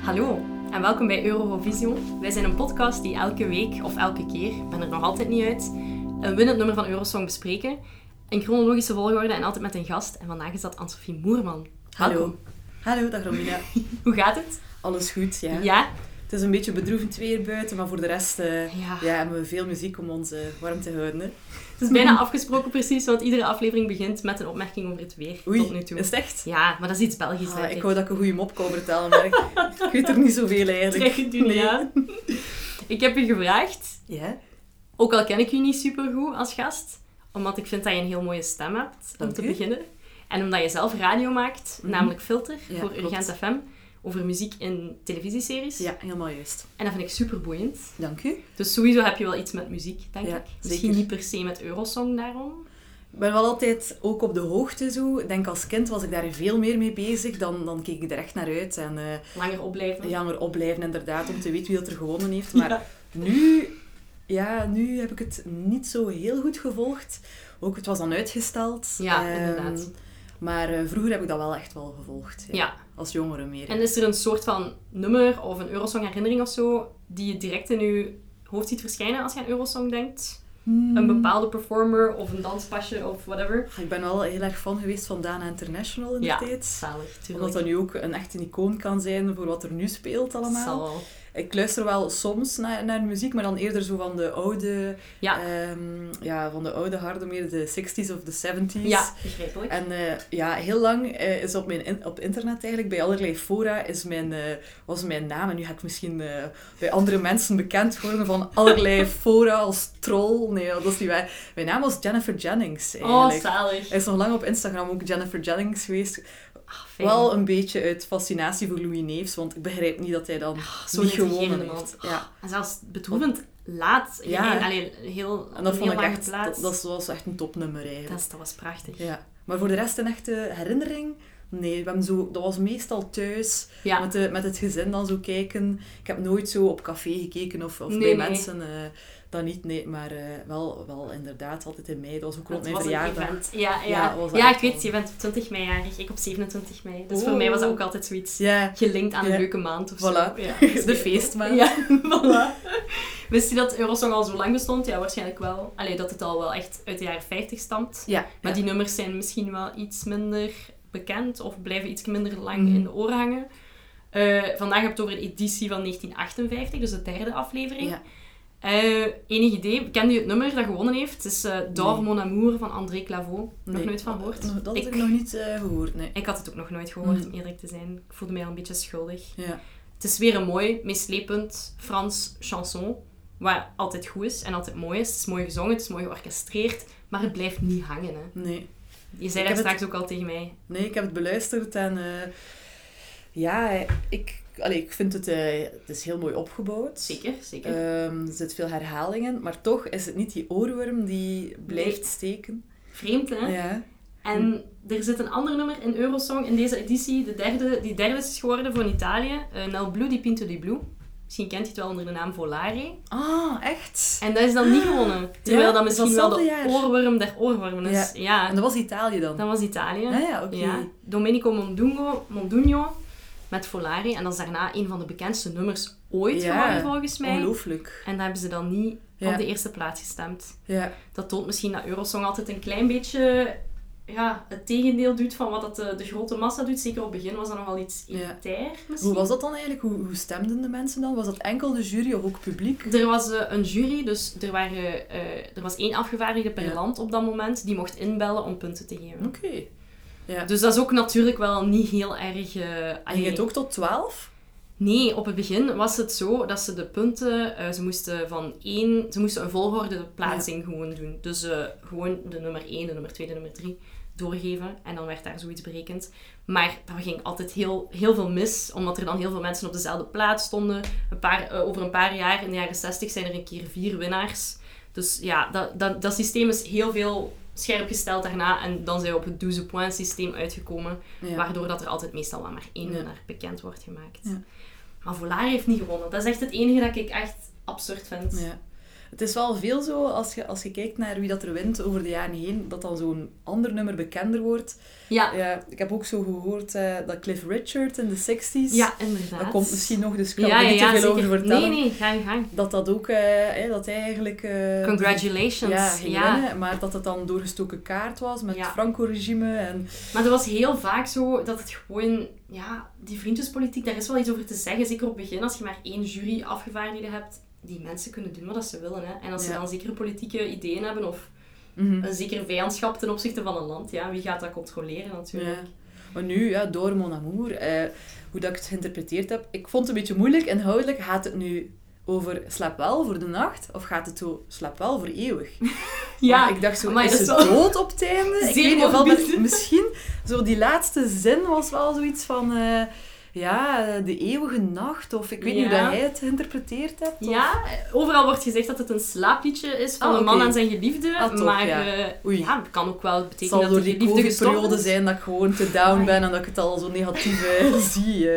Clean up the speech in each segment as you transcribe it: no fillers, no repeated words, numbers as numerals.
Hallo en welkom bij Eurovision. Wij zijn een podcast die elke week of elke keer, ik ben er nog altijd niet uit, een winnend nummer van Eurosong bespreken. In chronologische volgorde en altijd met een gast. En vandaag is dat Anne-Sophie Moerman. Welkom. Hallo, dag Romina. Hoe gaat het? Alles goed, ja. Ja? Het is een beetje bedroevend weer buiten, maar voor de rest hebben we veel muziek om ons warm te houden. Hè. Het is bijna afgesproken precies, want iedere aflevering begint met een opmerking over het weer. Oei, tot nu toe. Is het echt? Ja, maar dat is iets Belgisch, denk ik. Ik wou dat ik een goede mop kon vertellen, maar ik weet er niet zoveel eigenlijk. Terecht doen, ja. Ik heb je gevraagd, ook al ken ik je niet supergoed als gast, omdat ik vind dat je een heel mooie stem hebt, om te beginnen. En omdat je zelf radio maakt, namelijk Filter, voor Urgent FM, over muziek in televisieseries. Ja, helemaal juist. En dat vind ik super boeiend. Dank u. Dus sowieso heb je wel iets met muziek, denk ik. Misschien zeker. niet per se met Eurosong daarom. Ik ben wel altijd ook op de hoogte zo. Ik denk als kind was ik daar veel meer mee bezig. Dan keek ik er echt naar uit. En, langer opblijven. Langer opblijven, inderdaad, om te weten wie dat er gewonnen heeft. Maar nu heb ik het niet zo heel goed gevolgd. Ook, het was dan uitgesteld. Ja, inderdaad. Maar vroeger heb ik dat wel echt wel gevolgd. Ja. Als jongere meer. En is er een soort van nummer of een Eurosong herinnering of zo die je direct in je hoofd ziet verschijnen als je aan Eurosong denkt? Een bepaalde performer of een danspasje of whatever? Ik ben wel heel erg fan geweest van Dana International in de tijd. Zalig, tuurlijk. Omdat dat nu ook een echte icoon kan zijn voor wat er nu speelt allemaal. Zal wel. Ik luister wel soms naar muziek, maar dan eerder zo van de oude... van de oude harde, meer de 60s of de 70s. Ja, begrijpelijk. En heel lang is op internet eigenlijk, bij allerlei fora, was mijn naam. En nu ga ik misschien bij andere mensen bekend worden van allerlei fora als troll. Nee, dat is niet waar. Mijn naam was Jennifer Jennings eigenlijk. Oh, zalig. Hij is nog lang op Instagram ook Jennifer Jennings geweest. Wel een beetje uit fascinatie voor Louis Neefs, want ik begrijp niet dat hij dan niet gewonnen heeft. Ja. En zelfs bedroevend laat. Heel en dat vond ik echt, dat was echt een topnummer eigenlijk. Dat was prachtig. Ja. Maar voor de rest een echte herinnering? Nee, dat was meestal thuis, met het gezin dan zo kijken. Ik heb nooit zo op café gekeken of bij mensen... Dat niet, nee, maar wel inderdaad altijd in mei. Dat was ook rond mijn verjaardag. Ik weet, je bent op 20 mei jarig, ik op 27 mei. Dus voor mij was dat ook altijd zoiets gelinkt aan een leuke maand of zo. Ja, de feestmaand. Ja, voilà. Wist je dat Eurosong al zo lang bestond? Ja, waarschijnlijk wel. Dat het al wel echt uit de jaren 50 stamt. Ja. Maar die nummers zijn misschien wel iets minder bekend of blijven iets minder lang in de oren hangen. Vandaag heb je het over de editie van 1958, dus de derde aflevering. Ja. Enig idee? Kende je het nummer dat gewonnen heeft? Het is D'Or Mon Amour van André Claveau. Nog nooit van gehoord? Dat heb ik nog niet gehoord, nee. Ik had het ook nog nooit gehoord, om eerlijk te zijn. Ik voelde mij al een beetje schuldig. Ja. Het is weer een mooi, meeslepend Frans chanson. Wat altijd goed is en altijd mooi is. Het is mooi gezongen, het is mooi georchestreerd. Maar het blijft niet hangen, hè. Nee. Je zei daar straks ook al tegen mij. Nee, ik heb het beluisterd en... ik vind het is heel mooi opgebouwd. Zeker. Er zit veel herhalingen, maar toch is het niet die oorworm die blijft steken. Vreemd, hè? Ja. En er zit een ander nummer in Eurosong in deze editie, die derde is geworden voor Italië. Nel Blu di Pinto di Blu. Misschien kent je het wel onder de naam Volare. Ah, echt? En dat is dan niet gewonnen. Terwijl dat misschien wel de jaar. oorworm der oorwormen is. Ja. En dat was Italië dan? Dat was Italië. Ja, oké. Ja. Domenico Modugno met Volare. En dat is daarna een van de bekendste nummers ooit geworden, volgens mij. Ongelooflijk. En daar hebben ze dan niet op de eerste plaats gestemd. Ja. Dat toont misschien dat Eurosong altijd een klein beetje het tegendeel doet van wat dat de grote massa doet. Zeker op het begin was dat nogal iets elitair. Hoe was dat dan eigenlijk? Hoe stemden de mensen dan? Was dat enkel de jury of ook publiek? Er was een jury, dus er was 1 afgevaardigde per land op dat moment. Die mocht inbellen om punten te geven. Oké. Ja. Dus dat is ook natuurlijk wel niet heel erg... Ging het ook tot 12? Nee, op het begin was het zo dat ze de punten... Ze moesten een volgorde plaatsing gewoon doen. Dus gewoon de nummer 1, de nummer 2, de nummer 3 doorgeven. En dan werd daar zoiets berekend. Maar dat ging altijd heel, heel veel mis. Omdat er dan heel veel mensen op dezelfde plaats stonden. Over een paar jaar, in de jaren 60, zijn er een keer 4 winnaars. Dus ja, dat systeem is heel veel scherp gesteld daarna. En dan zijn we op het 12 points systeem uitgekomen. Ja. Waardoor dat er altijd meestal wel maar 1 winnaar bekend wordt gemaakt. Ja. Maar Volare heeft niet gewonnen. Dat is echt het enige dat ik echt absurd vind. Ja. Het is wel veel zo, als je kijkt naar wie dat er wint over de jaren heen, dat dan zo'n ander nummer bekender wordt. Ja. Ik heb ook zo gehoord dat Cliff Richard in de 60s... Ja, inderdaad. Dat komt misschien nog, dus ik kan er niet te veel over vertellen. Nee, ga je gang. Dat ook... dat hij eigenlijk... Congratulations. Ging winnen, maar dat het dan doorgestoken kaart was met het Franco-regime. Maar er was heel vaak zo dat het gewoon... Ja, die vriendjespolitiek, daar is wel iets over te zeggen. Zeker op het begin, als je maar 1 jury afgevaardigden hebt. Die mensen kunnen doen wat ze willen. Hè. En als ze dan zekere politieke ideeën hebben of een zekere vijandschap ten opzichte van een land, wie gaat dat controleren natuurlijk? Ja. Maar nu, door Mon Amour, hoe dat ik het geïnterpreteerd heb, ik vond het een beetje moeilijk. Inhoudelijk, gaat het nu over slaap wel voor de nacht, of gaat het zo slaap wel voor eeuwig? Ja. Ik dacht zo, maar is het dood op het einde? Ik weet niet of wel, misschien, zo die laatste zin was wel zoiets van... de eeuwige nacht, of ik weet niet hoe dat jij het geïnterpreteerd hebt. Of... Ja, overal wordt gezegd dat het een slaapliedje is van een man en zijn geliefde. Maar het kan ook wel betekenen dat de geliefde gestorven is. Het zal door die COVID-periode zijn dat ik gewoon te down ben en dat ik het al zo negatief zie.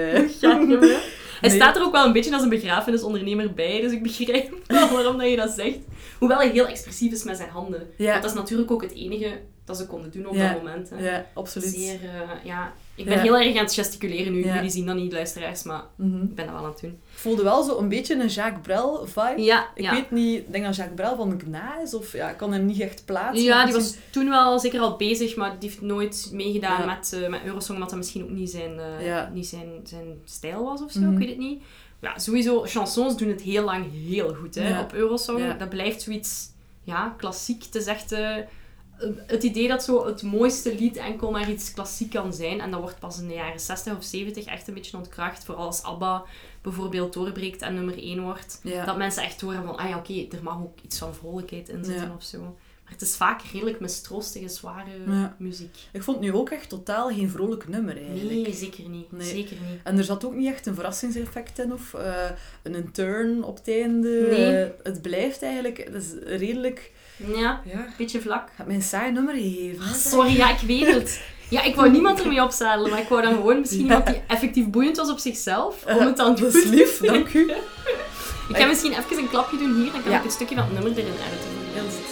Hij staat er ook wel een beetje als een begrafenisondernemer bij, dus ik begrijp wel waarom dat je dat zegt. Hoewel hij heel expressief is met zijn handen. Ja. Want dat is natuurlijk ook het enige dat ze konden doen op dat moment. Hè. Ja, absoluut. Zeer, ik ben heel erg aan het gesticuleren nu. Jullie zien dat niet, luisteraars, maar ik ben dat wel aan het doen. Ik voelde wel zo een beetje een Jacques Brel vibe. Ja, ik weet niet, ik denk dat Jacques Brel van Gna is, of ik kan hem niet echt plaatsen. Ja, die was toen wel zeker al bezig, maar die heeft nooit meegedaan met Eurosong, omdat dat misschien ook niet zijn stijl was of zo, ik weet het niet. Ja, sowieso, chansons doen het heel lang heel goed op Eurosong. Ja. Dat blijft zoiets klassiek. Het is echt het idee dat zo het mooiste lied enkel maar iets klassiek kan zijn. En dat wordt pas in de jaren 60 of 70 echt een beetje ontkracht. Vooral als ABBA bijvoorbeeld doorbreekt en nummer 1 wordt. Ja. Dat mensen echt horen van, er mag ook iets van vrolijkheid in zitten of zo. Maar het is vaak redelijk mistroostige, zware muziek. Ik vond nu ook echt totaal geen vrolijk nummer eigenlijk. Nee, zeker niet. Nee. Zeker niet. En er zat ook niet echt een verrassingseffect in of een turn op het einde. Nee. Het blijft eigenlijk, het is redelijk... Ja, een beetje vlak. Ik heb mij een saai nummer gegeven. Sorry, ik weet het. Ja, ik wou niemand ermee opzadelen, maar ik wou dan gewoon misschien iemand die effectief boeiend was op zichzelf. Om het dan dat is lief, dank u. Ik ga misschien even een klapje doen hier, dan kan ik een stukje van het nummer erin editen. Heel goed.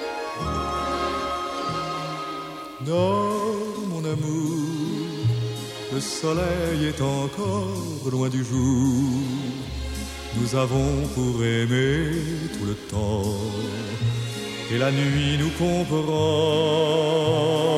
Dors, mon amour, le soleil est encore loin du jour. Nous avons pour aimer tout le temps, et la nuit nous comprend.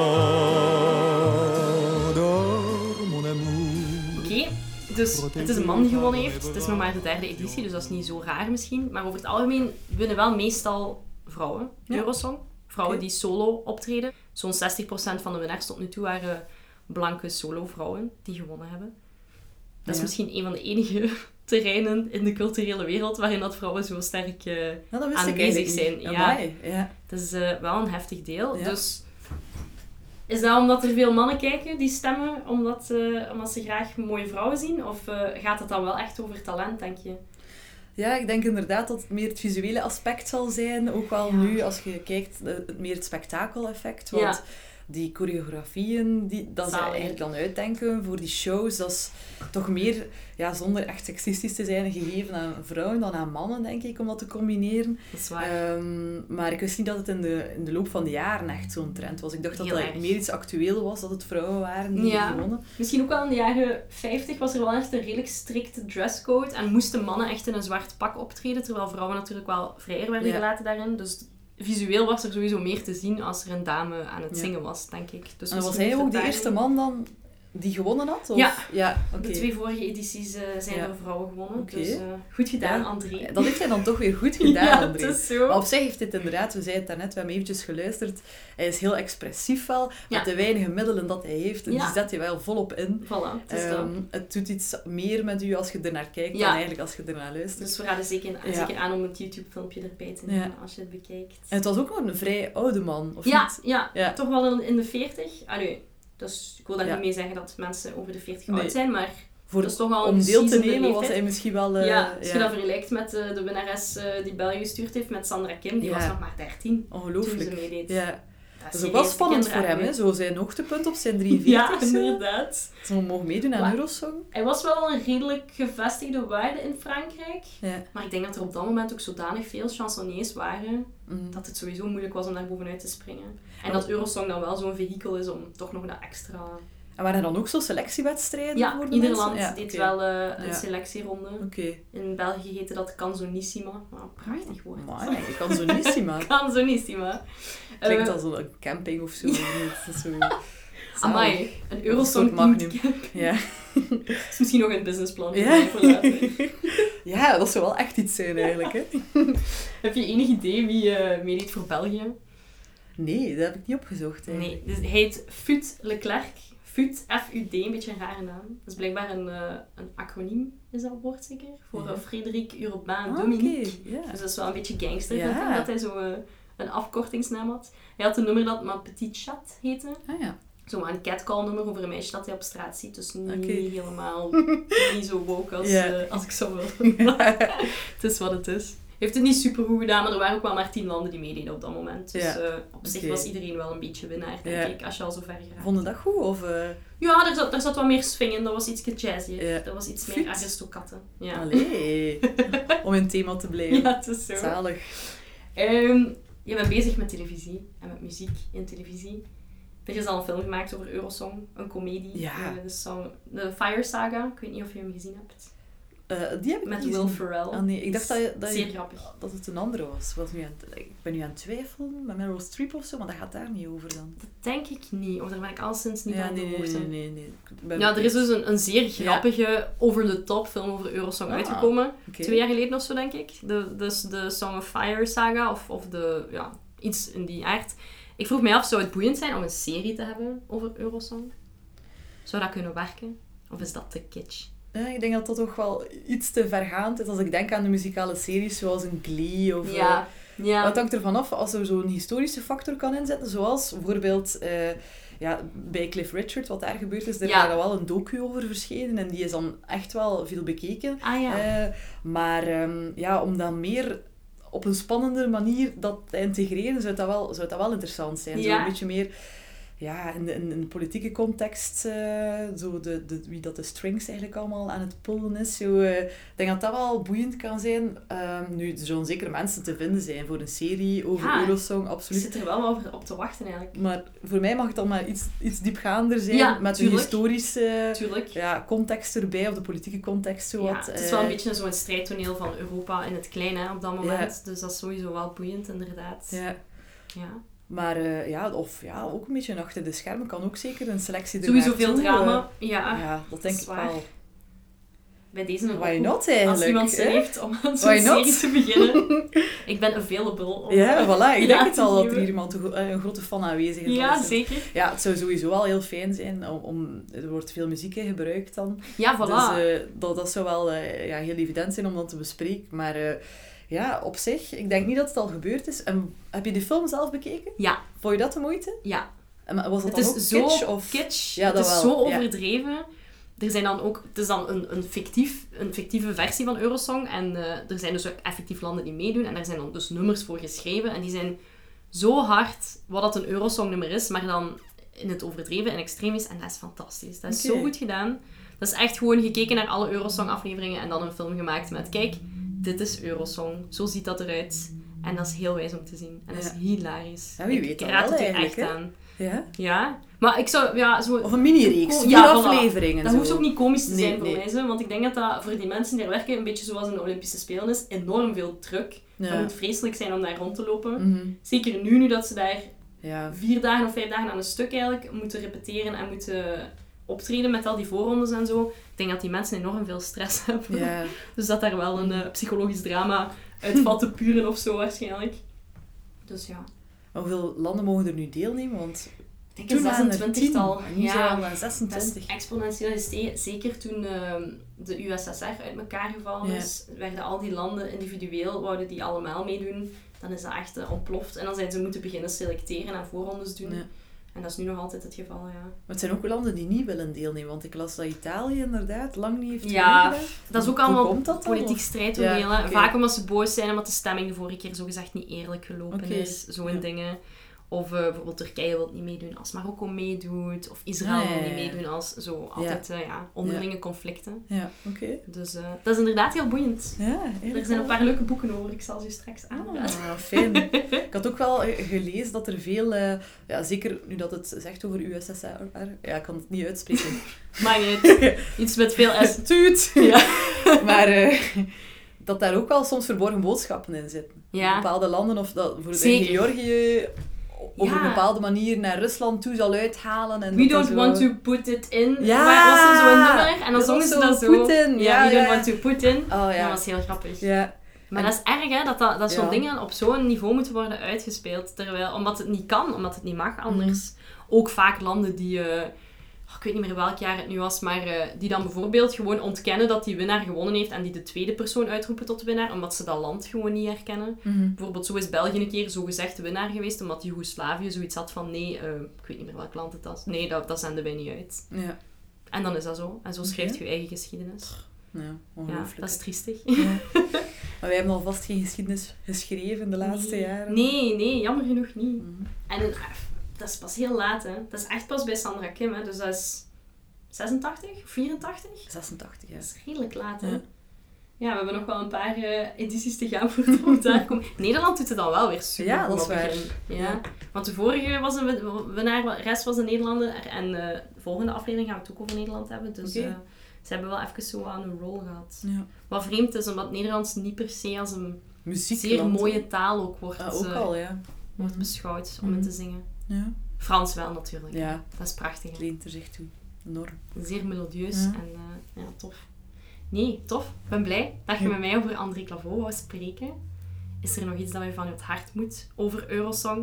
Dors, mon amour. Oké, dus het is een man die gewonnen heeft. Het is nog maar de 3e editie, dus dat is niet zo raar misschien. Maar over het algemeen winnen wel meestal vrouwen Eurosong. Vrouwen die solo optreden. Zo'n 60% van de winnaars tot nu toe waren blanke solo-vrouwen die gewonnen hebben. Dat is misschien een van de enige terreinen in de culturele wereld waarin dat vrouwen zo sterk aanwezig zijn. Ja. Dat is wel een heftig deel. Ja. Dus is dat omdat er veel mannen kijken die stemmen omdat ze graag mooie vrouwen zien? Of gaat het dan wel echt over talent, denk je? Ja, ik denk inderdaad dat het meer het visuele aspect zal zijn. Ook wel nu, als je kijkt, meer het spektakeleffect. Want die choreografieën, dat ze eigenlijk dan uitdenken voor die shows, dat is toch meer, zonder echt seksistisch te zijn, gegeven aan vrouwen dan aan mannen, denk ik, om dat te combineren. Dat is waar. Maar ik wist niet dat het in de loop van de jaren echt zo'n trend was. Ik dacht dat meer iets actueel was, dat het vrouwen waren die gewonnen. Misschien ook wel in de jaren 50 was er wel echt een redelijk strikte dresscode en moesten mannen echt in een zwart pak optreden, terwijl vrouwen natuurlijk wel vrijer werden gelaten daarin. Dus visueel was er sowieso meer te zien als er een dame aan het zingen was, denk ik. Dus en was hij ook de eerste man dan die gewonnen had? Of? Ja. Okay. De 2 vorige edities zijn door vrouwen gewonnen. Okay. Dus goed gedaan, André. Dat heeft hij dan toch weer goed gedaan, André. Het is zo. Maar op zich heeft dit inderdaad, we zeiden het daarnet, we hebben eventjes geluisterd, hij is heel expressief wel, met de weinige middelen dat hij heeft. En die zet hij wel volop in. Voilà, het doet iets meer met u als je er naar kijkt dan eigenlijk als je er naar luistert. Dus we raden zeker aan om het YouTube-filmpje erbij te nemen als je het bekijkt. En het was ook nog een vrij oude man, of niet? Ja, toch wel in de 40. Allee, dus ik wil daar niet mee zeggen dat mensen over de 40 oud zijn, maar dat is toch wel om deel te nemen was hij misschien wel... als je dat vergelijkt met de winnares die België gestuurd heeft, met Sandra Kim, die was nog maar 13 Ongelooflijk. toen ze meedeed. Ja. Dat is ook wel spannend voor hem, hè? Zo zijn hoogtepunt op zijn 43. Ja, inderdaad. Ze mogen meedoen aan Eurosong. Hij was wel al een redelijk gevestigde waarde in Frankrijk. Ja. Maar ik denk dat er op dat moment ook zodanig veel chansonniers waren, dat het sowieso moeilijk was om daar bovenuit te springen. En dat Eurosong dan wel zo'n vehikel is om toch nog dat extra... En waren er dan ook zo selectiewedstrijden voor de ieder mensen? land deed wel een selectieronde. Okay. In België heette dat Canzonissima. Nou, prachtig woord. Amai, Canzonissima. Canzonissima. Klinkt als een camping of zo. Amai, een Eurosong Magnum. Ja. Dat is misschien nog een businessplan voor later. Ja, dat zou wel echt iets zijn eigenlijk. Hè? Heb je enig idee wie meedeed voor België? Nee, dat heb ik niet opgezocht. Nee, dus hij heet Fut Leclerc. Fut, F-U-D, een beetje een rare naam. Dat is blijkbaar een acroniem, is dat woord zeker? Voor Frederik Urbain Dominique. Okay. Dus dat is wel een beetje gangster, vind ik, dat hij zo een afkortingsnaam had. Hij had een nummer dat Ma Petite Chat heette. Zo een catcall nummer over een meisje dat hij op straat ziet. Dus niet helemaal niet zo woke als ik zou willen. Het is wat het is. Hij heeft het niet super goed gedaan, maar er waren ook wel maar 10 landen die meededen op dat moment. Dus op zich was iedereen wel een beetje winnaar, denk ik, als je al zo ver geraakt. Vond je dat goed? Of, Ja, daar zat wat meer swing in. Dat was iets jazzier. Dat was iets meer aristokatten. Ja. Allee, om in thema te blijven. Ja, het is zo. Zalig. Je bent bezig met televisie en met muziek in televisie. Er is al een film gemaakt over Eurosong, een komedie. De Fire Saga, ik weet niet of je hem gezien hebt. Die heb ik met niet Will gezien. Ferrell. Nee, ik dacht zeer grappig. Dat het een andere was. Ik ben nu aan het twijfelen met Meryl Streep of zo, maar dat gaat daar niet over dan. Dat denk ik niet, of daar ben ik al sinds niet aan de hoogte. Nee. Ja, er is dus een zeer grappige, over-the-top film over Eurosong uitgekomen. 2 jaar geleden of zo, denk ik. De Song of Fire Saga, of iets in die aard. Ik vroeg mij af, zou het boeiend zijn om een serie te hebben over Eurosong? Zou dat kunnen werken? Of is dat te kitsch? Ja, ik denk dat dat toch wel iets te vergaand is. Als ik denk aan de muzikale series zoals een Glee of... Dat hangt ervan af als er zo'n historische factor kan inzetten. Zoals bijvoorbeeld bij Cliff Richard, wat daar gebeurd is. Daar is wel een docu over verschenen en die is dan echt wel veel bekeken. Maar om dan meer op een spannendere manier dat te integreren, zou dat wel interessant zijn. Zo een beetje meer... Ja, in de politieke context, wie dat de strings eigenlijk allemaal aan het pullen is. Ik denk dat dat wel boeiend kan zijn. Nu, er zullen zeker mensen te vinden zijn voor een serie over Eurosong, absoluut. Ik zit er wel op te wachten eigenlijk. Maar voor mij mag het dan maar iets diepgaander zijn, met de historische context erbij, of de politieke context. Zowat. Het is wel een beetje zo'n strijdtoneel van Europa in het klein op dat moment. Dus dat is sowieso wel boeiend, inderdaad. Ja. Maar ook een beetje achter de schermen kan ook zeker een selectie sowieso veel drama. Ja, dat denk ik wel. Bij deze een Why not eigenlijk? Als iemand zin heeft om aan zo'n serie te beginnen. Ik ben available. Ik denk het al dat er hier iemand een grote fan aanwezig is. Ja, zeker. Ja, het zou sowieso wel heel fijn zijn. Er wordt veel muziek in gebruikt dan. Ja, voilà. Dus dat zou wel heel evident zijn om dat te bespreken. Maar... op zich, ik denk niet dat het al gebeurd is. Heb je de film zelf bekeken? Ja. Vond je dat de moeite? Ja. En was dat het dan is ook zo kitsch? Ja, het is zo overdreven. Er zijn dan ook... Het is dan een fictieve versie van Eurosong. En er zijn dus ook effectief landen die meedoen. En daar zijn dan dus nummers voor geschreven. En die zijn zo hard wat dat een Eurosong-nummer is. Maar dan in het overdreven en extreem is. En dat is fantastisch. Dat is zo goed gedaan. Dat is echt gewoon gekeken naar alle Eurosong-afleveringen. En dan een film gemaakt met... Kijk... Dit is Eurosong. Zo ziet dat eruit. En dat is heel wijs om te zien. En dat is hilarisch. Ja, wie weet ik raad het er echt aan. Ja? Maar ik zou... zo... Of een mini-reeks. 4 afleveringen. Dat hoeft ook niet komisch te zijn voor mij. Want ik denk dat dat voor die mensen die er werken, een beetje zoals in de Olympische Spelen is, enorm veel druk. Het moet vreselijk zijn om daar rond te lopen. Zeker nu dat ze daar 4 dagen of 5 dagen aan een stuk eigenlijk moeten repeteren en moeten... optreden met al die voorrondes en zo. Ik denk dat die mensen enorm veel stress hebben. Yeah. Dus dat daar wel een psychologisch drama uit valt te puren of zo waarschijnlijk. Dus ja. Maar hoeveel landen mogen er nu deelnemen? Want ik denk een 26-tal. Nu zijn we aan 26. Dat is exponentieel gestegen. Zeker toen de USSR uit elkaar gevallen is, werden al die landen individueel, wouden die allemaal meedoen. Dan is dat echt ontploft. En dan zijn ze moeten beginnen selecteren en voorrondes doen. Ja. En dat is nu nog altijd het geval, ja. Maar het zijn ook landen die niet willen deelnemen. Want ik las dat Italië inderdaad lang niet heeft meegedaan. Dat is ook allemaal dat politiek strijdtoneel. Vaak omdat ze boos zijn omdat de stemming de vorige keer zogezegd niet eerlijk gelopen is. Zo'n dingen. Of bijvoorbeeld Turkije wil niet meedoen als Marokko meedoet. Of Israël wil niet meedoen als zo altijd onderlinge conflicten. Ja, oké. Dus dat is inderdaad heel boeiend. Ja, er zijn een paar leuke boeken over. Ik zal ze straks aanraden. Ah, fijn. Ik had ook wel gelezen dat er veel... zeker nu dat het zegt over USSR... Ja, ik kan het niet uitspreken. Maar iets met veel S. Tuut! Ja. Maar... dat daar ook wel soms verborgen boodschappen in zitten. Ja. In bepaalde landen, of dat bijvoorbeeld in Georgië op een bepaalde manier naar Rusland toe zal uithalen. En we don't want to put it in. Ja. Maar was er zo'n nummer en dan zongen ze dat zo. Putin. We don't want to put in. Oh, ja. Dat was heel grappig. Ja. Maar dat is erg, hè, dat zo'n dingen op zo'n niveau moeten worden uitgespeeld. Omdat het niet kan, omdat het niet mag anders. Ook vaak landen die... ik weet niet meer welk jaar het nu was, maar die dan bijvoorbeeld gewoon ontkennen dat die winnaar gewonnen heeft en die de tweede persoon uitroepen tot de winnaar, omdat ze dat land gewoon niet herkennen. Bijvoorbeeld, zo is België een keer zogezegd de winnaar geweest, omdat Joegoslavië zoiets had van nee, ik weet niet meer welk land het was. Nee, dat zenden wij niet uit. Ja. En dan is dat zo. En zo schrijft je eigen geschiedenis. Ja, ongelooflijk. Ja, dat is triestig. Ja. Maar wij hebben alvast geen geschiedenis geschreven de laatste jaren. Nee, jammer genoeg niet. En dat is pas heel laat, hè. Dat is echt pas bij Sandra Kim, hè. Dus dat is 86? 84? 86, ja. Dat is redelijk laat, hè. Ja, we hebben nog wel een paar edities te gaan voordat we daar komen. Nederland doet het dan wel weer super. Ja, dat is waar. Ja. Want de vorige was een winnaar, de rest was een Nederlander. En de volgende aflevering gaan we het ook over Nederland hebben. Dus ze hebben wel even zo aan een rol gehad. Ja. Wat vreemd is, omdat Nederlands niet per se als een muziekland, zeer mooie taal ook wordt, wordt beschouwd om in te zingen. Ja. Frans wel natuurlijk. Ja. Dat is prachtig. Het leent er zich toe. Enorm. Zeer melodieus en tof. Nee, tof. Ik ben blij dat je met mij over André Claveau wou spreken. Is er nog iets dat je van het hart moet over Eurosong?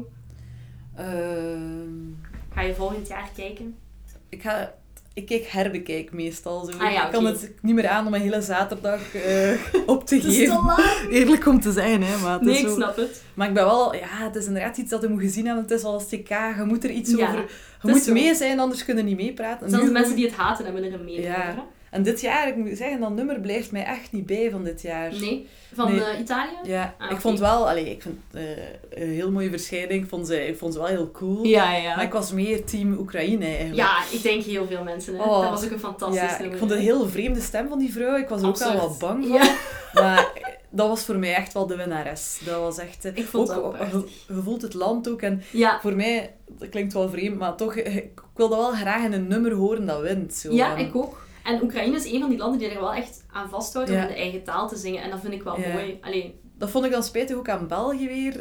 Ga je volgend jaar kijken? Ik kijk herbekijk meestal. Zo. Ik kan het niet meer aan om een hele zaterdag op te geven. Het is te laat. Eerlijk om te zijn, hè. Maar het is ik snap het. Maar ik ben wel... Ja, het is inderdaad iets dat je moet gezien hebben. Het is al als TK. Je moet er iets over... Je moet mee zijn, anders kun je niet meepraten. Zelfs de mensen die het haten hebben er mee over. En dit jaar, ik moet zeggen, dat nummer blijft mij echt niet bij van dit jaar. Nee? Van Italië? Ja. Ik vond wel... ik vind een heel mooie verschijning. Ik vond ze wel heel cool. Ja. Maar ik was meer team Oekraïne eigenlijk. Ja, ik denk heel veel mensen. Hè. Dat was ook een fantastisch nummer. Ik vond het een heel vreemde stem van die vrouw. Ik was er ook wel wat bang van. Ja. Maar dat was voor mij echt wel de winnares. Dat was echt... ik vond het ook je voelt het land ook. En voor mij, dat klinkt wel vreemd, maar toch... Ik wilde wel graag in een nummer horen dat wint. Zo. Ja, ik ook. En Oekraïne is een van die landen die er wel echt aan vasthoudt om in de eigen taal te zingen. En dat vind ik wel mooi. Allee. Dat vond ik dan spijtig ook aan België weer.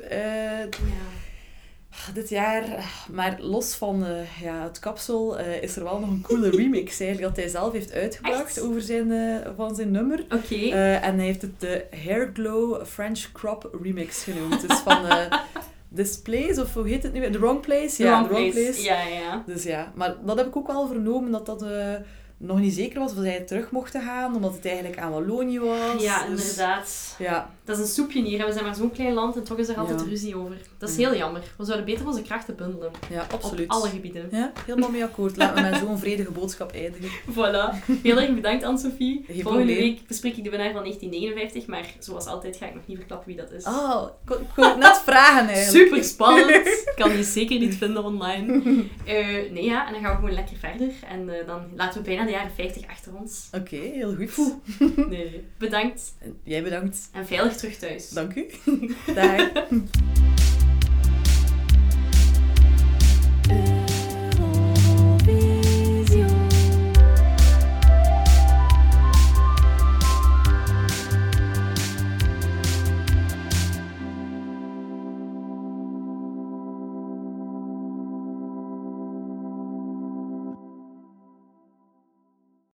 Dit jaar. Maar los van het kapsel is er wel nog een coole remix eigenlijk dat hij zelf heeft uitgebracht over van zijn nummer. Oké. En hij heeft het de Hair Glow French Crop Remix genoemd. Dus van... This Place, of hoe heet het nu? The Wrong Place? The Wrong Place. Ja. Dus ja, maar dat heb ik ook wel vernomen, dat nog niet zeker was of zij terug mochten gaan, omdat het eigenlijk aan Wallonië was. Ja, inderdaad. Ja. Dat is een soepje hier. We zijn maar zo'n klein land en toch is er altijd ruzie over. Dat is heel jammer. We zouden beter onze krachten bundelen. Ja, absoluut. Op alle gebieden. Ja, helemaal mee akkoord. Laten we met zo'n vredige boodschap eindigen. Voilà. Heel erg bedankt, Anne-Sophie. Volgende week bespreek ik de winnaar van 1959, maar zoals altijd ga ik nog niet verklappen wie dat is. Oh, ik wou het net vragen eigenlijk. Super spannend. Ik kan die zeker niet vinden online. En dan gaan we gewoon lekker verder. En dan laten we bijna de jaren 50 achter ons. Oké, heel goed. Nee. Bedankt. Jij bedankt. En veilig terug thuis. Dank u. Dag.